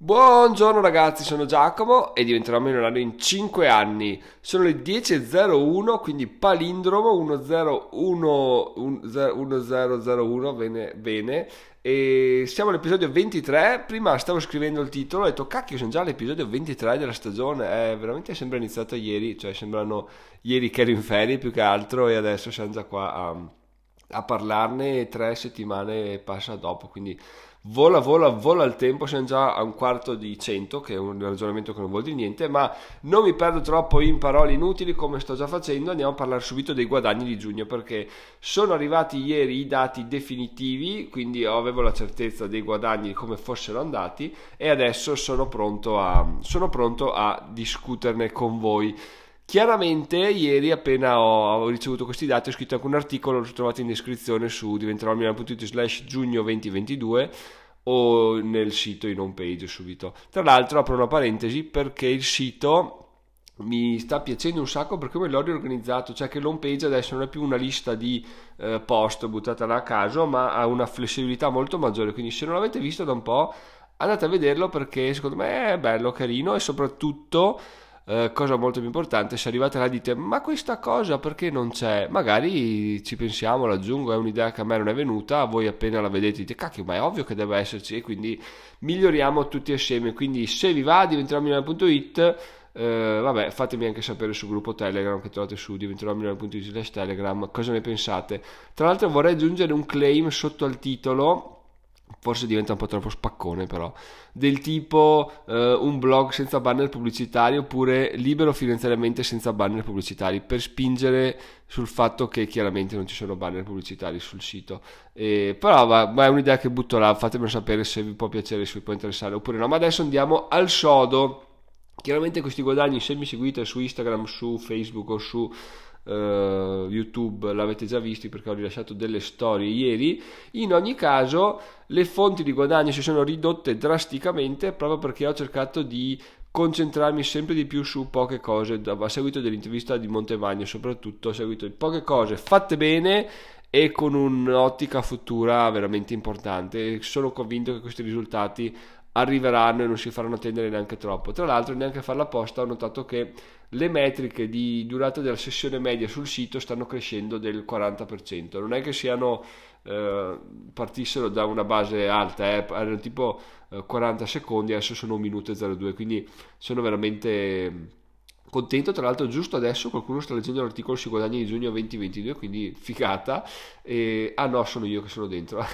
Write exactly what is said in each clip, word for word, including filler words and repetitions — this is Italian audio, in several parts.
Buongiorno ragazzi, sono Giacomo e diventerò milionario in cinque anni. Sono le dieci e zero uno, quindi palindromo uno zero uno uno zero zero uno, bene, bene. E siamo all'episodio ventitré. Prima stavo scrivendo il titolo e ho detto cacchio, sono già all'episodio ventitré della stagione. È veramente sembra iniziata ieri, cioè sembrano ieri che ero in ferie più che altro e adesso siamo già qua a, a parlarne. Tre settimane passa dopo, quindi vola, vola, vola il tempo. Siamo già a un quarto di cento, che è un ragionamento che non vuol dire niente, ma non mi perdo troppo in parole inutili come sto già facendo. Andiamo a parlare subito dei guadagni di giugno, perché sono arrivati ieri i dati definitivi, quindi avevo la certezza dei guadagni come fossero andati e adesso sono pronto a, sono pronto a discuterne con voi. Chiaramente ieri appena ho, ho ricevuto questi dati ho scritto anche un articolo, lo trovate in descrizione su diventeròmilano.it slash giugno duemilaventidue o nel sito in home page subito. Tra l'altro apro una parentesi perché il sito mi sta piacendo un sacco perché me l'ho riorganizzato, cioè che l'home page adesso non è più una lista di eh, post buttata là a caso, ma ha una flessibilità molto maggiore, quindi se non l'avete visto da un po' andate a vederlo perché secondo me è bello, carino e soprattutto eh, cosa molto più importante, se arrivate là e dite ma questa cosa perché non c'è, magari ci pensiamo, l'aggiungo, è un'idea che a me non è venuta, voi appena la vedete dite cacchio ma è ovvio che deve esserci e quindi miglioriamo tutti assieme. Quindi se vi va diventeròmilano.it, eh, vabbè, fatemi anche sapere sul gruppo Telegram che trovate su diventeròmilano.it slash Telegram cosa ne pensate. Tra l'altro vorrei aggiungere un claim sotto al titolo, forse diventa un po' troppo spaccone però, del tipo eh, un blog senza banner pubblicitari oppure libero finanziariamente senza banner pubblicitari, per spingere sul fatto che chiaramente non ci sono banner pubblicitari sul sito. E, però va, ma è un'idea che butto là, fatemelo sapere se vi può piacere, se vi può interessare oppure no. Ma adesso andiamo al sodo. Chiaramente questi guadagni, se mi seguite su Instagram, su Facebook o su Uh, YouTube l'avete già visti perché ho rilasciato delle storie ieri. In ogni caso le fonti di guadagno si sono ridotte drasticamente proprio perché ho cercato di concentrarmi sempre di più su poche cose, a seguito dell'intervista di Montemagno soprattutto, ho seguito poche cose fatte bene e con un'ottica futura veramente importante. Sono convinto che questi risultati arriveranno e non si faranno attendere neanche troppo. Tra l'altro neanche a farla apposta ho notato che le metriche di durata della sessione media sul sito stanno crescendo del quaranta per cento. Non è che siano eh, partissero da una base alta, eh, erano tipo eh, quaranta secondi, adesso sono un minuto e zero due, quindi sono veramente contento. Tra l'altro giusto adesso qualcuno sta leggendo l'articolo sui guadagni di giugno duemilaventidue, quindi figata. E, ah no, sono io che sono dentro.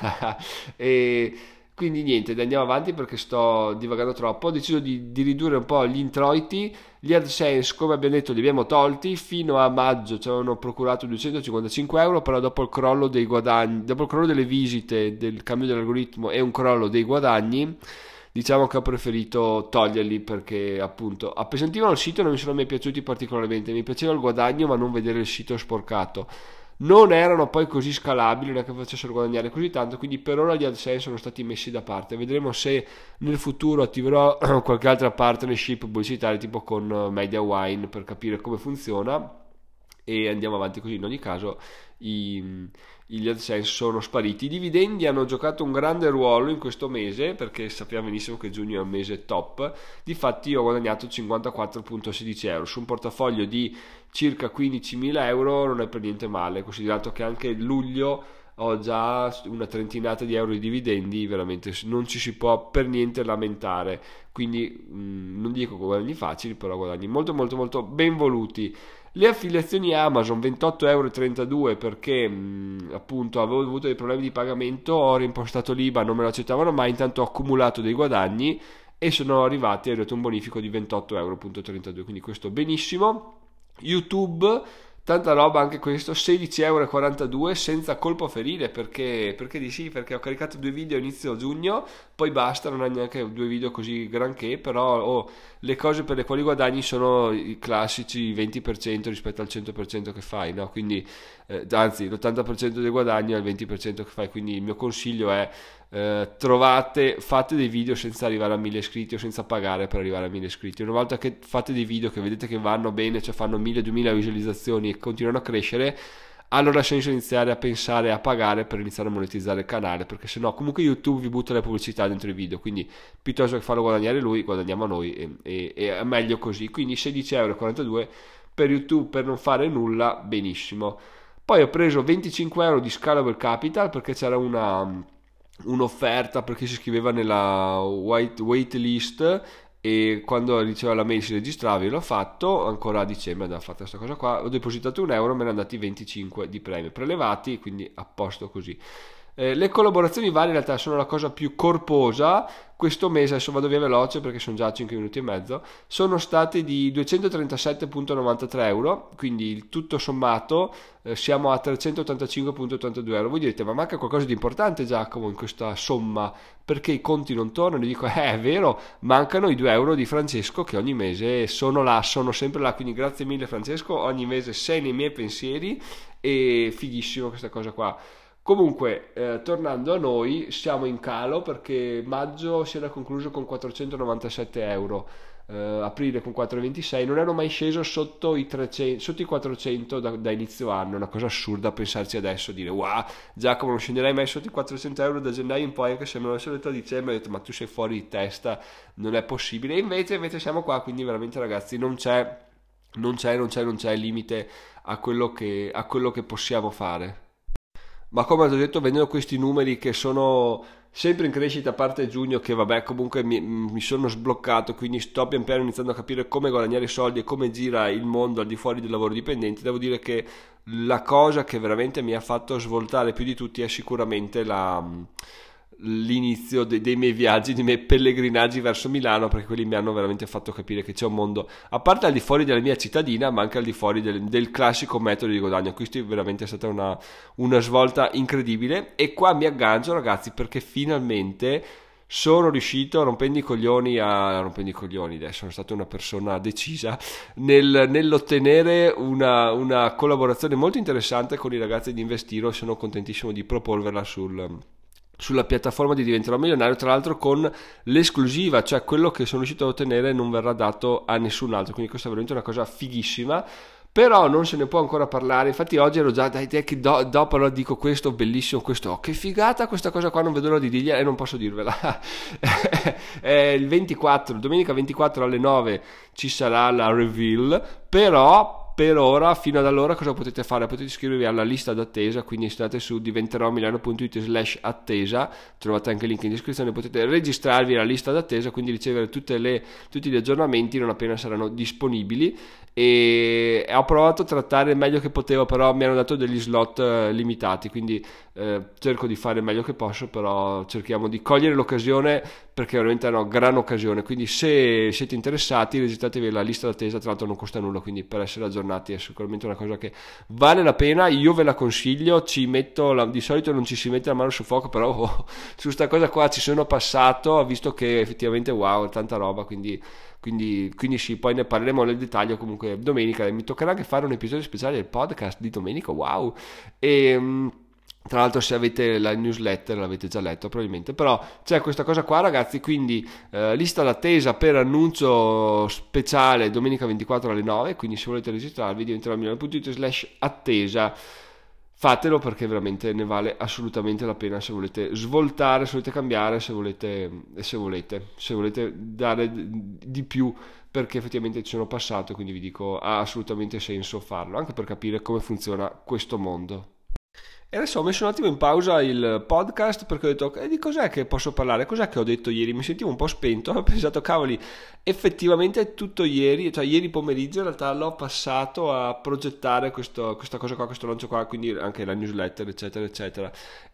e quindi niente, andiamo avanti perché sto divagando troppo. Ho deciso di, di ridurre un po' gli introiti. Gli AdSense, come abbiamo detto, li abbiamo tolti. Fino a maggio ci avevano procurato duecentocinquantacinque euro, però dopo il crollo dei guadagni, dopo il crollo delle visite, del cambio dell'algoritmo e un crollo dei guadagni, diciamo che ho preferito toglierli perché appunto appesantivano il sito e non mi sono mai piaciuti particolarmente. Mi piaceva il guadagno ma non vedere il sito sporcato. Non erano poi così scalabili, non è che facessero guadagnare così tanto, quindi per ora gli AdSense sono stati messi da parte. Vedremo se nel futuro attiverò qualche altra partnership pubblicitaria tipo con MediaWine per capire come funziona e andiamo avanti così. In ogni caso i, gli AdSense sono spariti. I dividendi hanno giocato un grande ruolo in questo mese perché sappiamo benissimo che giugno è un mese top. Difatti ho guadagnato cinquantaquattro virgola sedici euro su un portafoglio di circa quindicimila euro, non è per niente male, considerato che anche luglio ho già una trentinata di euro di dividendi, veramente non ci si può per niente lamentare. Quindi mh, non dico guadagni facili, però guadagni molto molto molto ben voluti. Le affiliazioni Amazon ventotto virgola trentadue euro perché mh, appunto avevo avuto dei problemi di pagamento, ho reimpostato l'I B A, non me lo accettavano mai, intanto ho accumulato dei guadagni e sono arrivati, è arrivato un bonifico di ventotto virgola trentadue euro, quindi questo benissimo. YouTube, tanta roba anche questo, sedici virgola quarantadue euro senza colpo ferile perché, perché di sì, perché ho caricato due video a inizio giugno, poi basta, non ho neanche due video così granché, però oh, le cose per le quali guadagni sono i classici venti per cento rispetto al cento per cento che fai, no? Quindi eh, anzi l'ottanta per cento del guadagno è il venti per cento che fai, quindi il mio consiglio è eh, trovate, fate dei video senza arrivare a mille iscritti o senza pagare per arrivare a mille iscritti. Una volta che fate dei video che vedete che vanno bene, cioè fanno mille duemila visualizzazioni e continuano a crescere, allora ha senso iniziare a pensare a pagare per iniziare a monetizzare il canale, perché sennò comunque YouTube vi butta le pubblicità dentro i video, quindi piuttosto che farlo guadagnare lui, guadagniamo noi e, e, e è meglio così. Quindi sedici e quarantadue euro per YouTube per non fare nulla, benissimo. Poi ho preso venticinque euro di Scalable Capital perché c'era una un'offerta per chi si iscriveva nella white, wait list, e quando riceveva la mail si registrava. Io l'ho fatto ancora a dicembre, abbiamo fatto questa cosa qua, ho depositato un euro, me ne hanno andati venticinque di premio prelevati, quindi a posto così. Eh, le collaborazioni varie in realtà sono la cosa più corposa questo mese, adesso vado via veloce perché sono già cinque minuti e mezzo, sono stati di duecentotrentasette virgola novantatré euro, quindi il tutto sommato eh, siamo a trecentottantacinque virgola ottantadue euro. Voi direte, ma manca qualcosa di importante, Giacomo, in questa somma, perché i conti non tornano? E dico, eh, è vero, mancano i due euro di Francesco che ogni mese sono là, sono sempre là, quindi grazie mille Francesco, ogni mese sei nei miei pensieri, e fighissimo questa cosa qua. Comunque, eh, tornando a noi, siamo in calo perché maggio si era concluso con quattrocentonovantasette euro, eh, aprile con quattrocentoventisei, non ero mai sceso sotto i, trecento, sotto i quattrocento da, da inizio anno. È una cosa assurda pensarci adesso, dire wow, Giacomo, non scenderei mai sotto i quattrocento euro da gennaio in poi, anche se me l'avessero detto a dicembre. Ho detto, ma tu sei fuori di testa, non è possibile. E invece, invece siamo qua, quindi veramente ragazzi non c'è, non c'è, non c'è, non c'è limite a quello che, a quello che possiamo fare. Ma come ho detto, vedendo questi numeri che sono sempre in crescita, a parte giugno che vabbè comunque mi, mi sono sbloccato, quindi sto pian piano iniziando a capire come guadagnare soldi e come gira il mondo al di fuori del lavoro dipendente. Devo dire che la cosa che veramente mi ha fatto svoltare più di tutti è sicuramente la, l'inizio de, dei miei viaggi, dei miei pellegrinaggi verso Milano, perché quelli mi hanno veramente fatto capire che c'è un mondo, a parte al di fuori della mia cittadina, ma anche al di fuori del, del classico metodo di guadagno. Questo veramente è stata una, una svolta incredibile, e qua mi aggancio ragazzi perché finalmente sono riuscito, rompendo i coglioni a rompendo i coglioni adesso sono stato una persona decisa nel, nell'ottenere una, una collaborazione molto interessante con i ragazzi di Investiro. Sono contentissimo di proporverla sul sulla piattaforma di Diventerò Milionario, tra l'altro con l'esclusiva, cioè quello che sono riuscito a ottenere non verrà dato a nessun altro, quindi questa è veramente una cosa fighissima. Però non se ne può ancora parlare, infatti oggi ero già, dai, dai che do, dopo allora dico questo, bellissimo questo, oh, che figata questa cosa qua, non vedo l'ora di dirgliela e non posso dirvela. È il ventiquattro, domenica ventiquattro alle nove ci sarà la reveal, però per ora, fino ad allora, cosa potete fare? Potete iscrivervi alla lista d'attesa, quindi state su diventeromilano.it slash attesa, trovate anche il link in descrizione, potete registrarvi alla lista d'attesa, quindi ricevere tutte le, tutti gli aggiornamenti non appena saranno disponibili. E ho provato a trattare il meglio che potevo, però mi hanno dato degli slot eh, limitati, quindi eh, cerco di fare il meglio che posso, però cerchiamo di cogliere l'occasione perché veramente è una gran occasione. Quindi se siete interessati registratevi alla lista d'attesa, tra l'altro non costa nulla, quindi per essere aggiornati è sicuramente una cosa che vale la pena, io ve la consiglio. Ci metto la, di solito non ci si mette la mano sul fuoco, però oh, su sta cosa qua ci sono passato, ho visto che effettivamente wow, è tanta roba, quindi Quindi, quindi sì, poi ne parleremo nel dettaglio. Comunque domenica mi toccherà anche fare un episodio speciale del podcast di domenica, wow. E tra l'altro se avete la newsletter l'avete già letto probabilmente, però c'è questa cosa qua ragazzi, quindi eh, lista d'attesa per annuncio speciale domenica ventiquattro alle nove, quindi se volete registrarvi diventerò milano.it slash attesa, fatelo perché veramente ne vale assolutamente la pena, se volete svoltare, se volete cambiare, se volete, se volete, se volete dare di più, perché effettivamente ci sono passato, quindi vi dico ha assolutamente senso farlo, anche per capire come funziona questo mondo. E adesso ho messo un attimo in pausa il podcast perché ho detto, eh, di cos'è che posso parlare? Cos'è che ho detto ieri? Mi sentivo un po' spento, ho pensato, cavoli, effettivamente tutto ieri, cioè ieri pomeriggio in realtà l'ho passato a progettare questo, questa cosa qua, questo lancio qua, quindi anche la newsletter, eccetera, eccetera.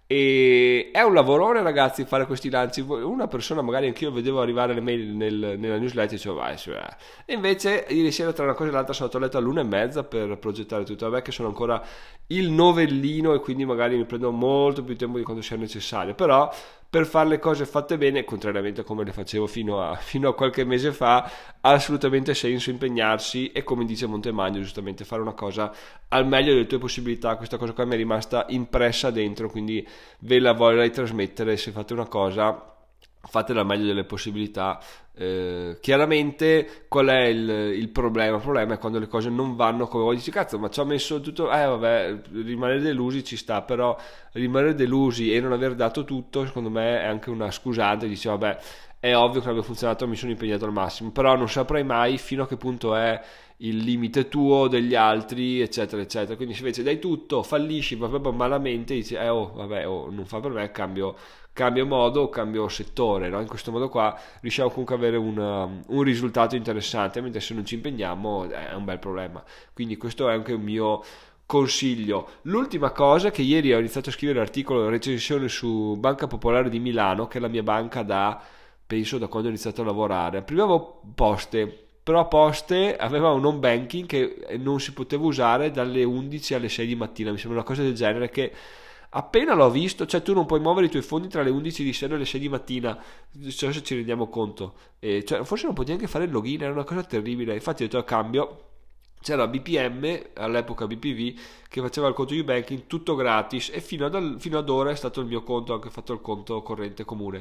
E è un lavorone ragazzi fare questi lanci. Una persona, magari anch'io vedevo arrivare le mail nel, nella newsletter e dicevo vai, cioè. E invece ieri sera tra una cosa e l'altra sono andato a letto all'una e mezza per progettare tutto. Vabbè che sono ancora il novellino e quindi magari mi prendo molto più tempo di quanto sia necessario, però per fare le cose fatte bene, contrariamente a come le facevo fino a, fino a qualche mese fa, ha assolutamente senso impegnarsi e, come dice Montemagno giustamente, fare una cosa al meglio delle tue possibilità. Questa cosa qua mi è rimasta impressa dentro, quindi ve la vorrei trasmettere. Se fate una cosa, fate al meglio delle possibilità. Eh, chiaramente qual è il, il problema? Il problema è quando le cose non vanno come vuoi, dici cazzo, ma ci ho messo tutto, eh vabbè, rimanere delusi ci sta, però rimanere delusi e non aver dato tutto secondo me è anche una scusante. Dici vabbè, è ovvio che non abbia funzionato, mi sono impegnato al massimo, però non saprai mai fino a che punto è il limite tuo, degli altri, eccetera eccetera. Quindi se invece dai tutto, fallisci, va proprio malamente, dici eh oh vabbè, oh, non fa per me, cambio cambio modo, cambio settore, no? In questo modo qua riusciamo comunque ad avere un, um, un risultato interessante, mentre se non ci impegniamo è un bel problema. Quindi questo è anche un mio consiglio. L'ultima cosa, che ieri ho iniziato a scrivere l'articolo recensione su Banca Popolare di Milano, che è la mia banca da, penso, da quando ho iniziato a lavorare. Prima avevo Poste, però Poste aveva un home banking che non si poteva usare dalle undici alle sei di mattina, mi sembra una cosa del genere, che appena l'ho visto, cioè tu non puoi muovere i tuoi fondi tra le undici di sera e le sei di mattina, cioè se ci rendiamo conto, e cioè, forse non puoi neanche fare il login, era una cosa terribile. Infatti ho detto a cambio c'era B P M, all'epoca B P V, che faceva il conto di banking tutto gratis, e fino ad, fino ad ora è stato il mio conto, ho anche fatto il conto corrente comune.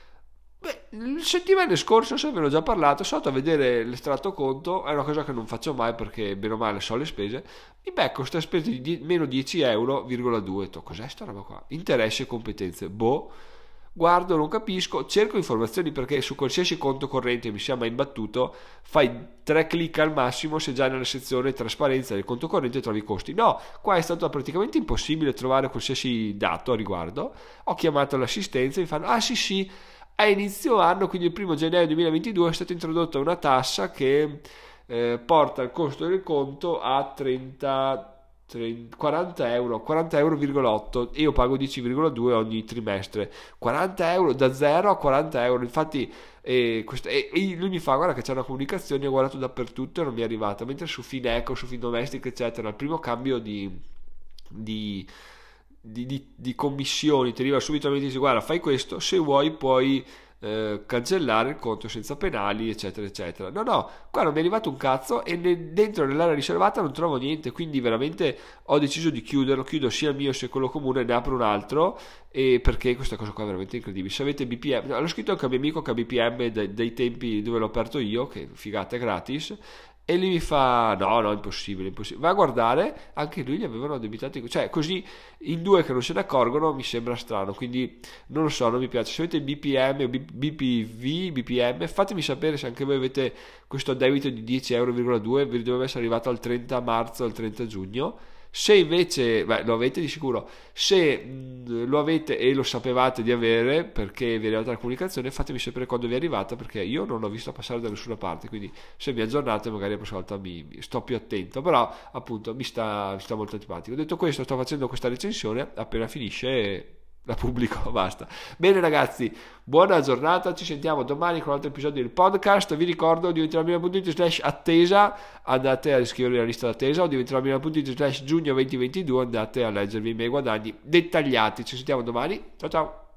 Beh, il settimana scorso, se ve l'ho già parlato, sono andato a vedere l'estratto conto, è una cosa che non faccio mai perché bene o male so le spese, mi becco questa spesa di die- meno dieci euro, virgola due, ho detto, cos'è sta roba qua? Interessi e competenze, boh, guardo, non capisco, cerco informazioni perché su qualsiasi conto corrente mi sia mai imbattuto, fai tre clic al massimo se già nella sezione trasparenza del conto corrente trovi i costi. No, qua è stato praticamente impossibile trovare qualsiasi dato a riguardo, ho chiamato l'assistenza e mi fanno, ah sì sì, a inizio anno, quindi il primo gennaio duemilaventidue, è stata introdotta una tassa che eh, porta il costo del conto a trenta, trenta quaranta euro, quaranta euro virgola otto, e io pago dieci virgola due ogni trimestre. quaranta euro da zero a quaranta euro. Infatti e, questo, e, e lui mi fa, guarda che c'è una comunicazione, ho guardato dappertutto e non mi è arrivata, mentre su Fineco, su Findomestic eccetera, il primo cambio di, di Di, di, di commissioni ti arriva subito e ti dice guarda fai questo, se vuoi puoi eh, cancellare il conto senza penali eccetera eccetera. No no, qua non mi è arrivato un cazzo e ne, dentro nell'area riservata non trovo niente, quindi veramente ho deciso di chiuderlo, chiudo sia il mio sia quello comune, ne apro un altro, e perché questa cosa qua è veramente incredibile. Se avete B P M, no, l'ho scritto anche a mio amico che ha B P M dai, dai tempi dove l'ho aperto io, che figata, è gratis. E lui mi fa no no, impossibile, impossibile, va a guardare, anche lui gli avevano addebitati, cioè così in due che non se ne accorgono mi sembra strano, quindi non lo so, non mi piace. Se avete B P M o B P V, B P M, fatemi sapere se anche voi avete questo debito di dieci euro virgola due, vi dovrebbe essere arrivato al trenta marzo, al trenta giugno. Se invece, beh, lo avete di sicuro, se mh, lo avete e lo sapevate di avere perché vi è arrivata la comunicazione, fatemi sapere quando vi è arrivata, perché io non l'ho vista passare da nessuna parte, quindi se mi aggiornate magari la prossima volta mi, mi sto più attento, però appunto mi sta, mi sta molto antipatico. Detto questo, sto facendo questa recensione, appena finisce la pubblico, basta. Bene ragazzi, buona giornata, ci sentiamo domani con un altro episodio del podcast. Vi ricordo diventeromilano.it slash attesa, andate a iscrivervi alla lista d'attesa, o diventeromilano.it slash giugno duemilaventidue, andate a leggervi i miei guadagni dettagliati. Ci sentiamo domani, ciao ciao.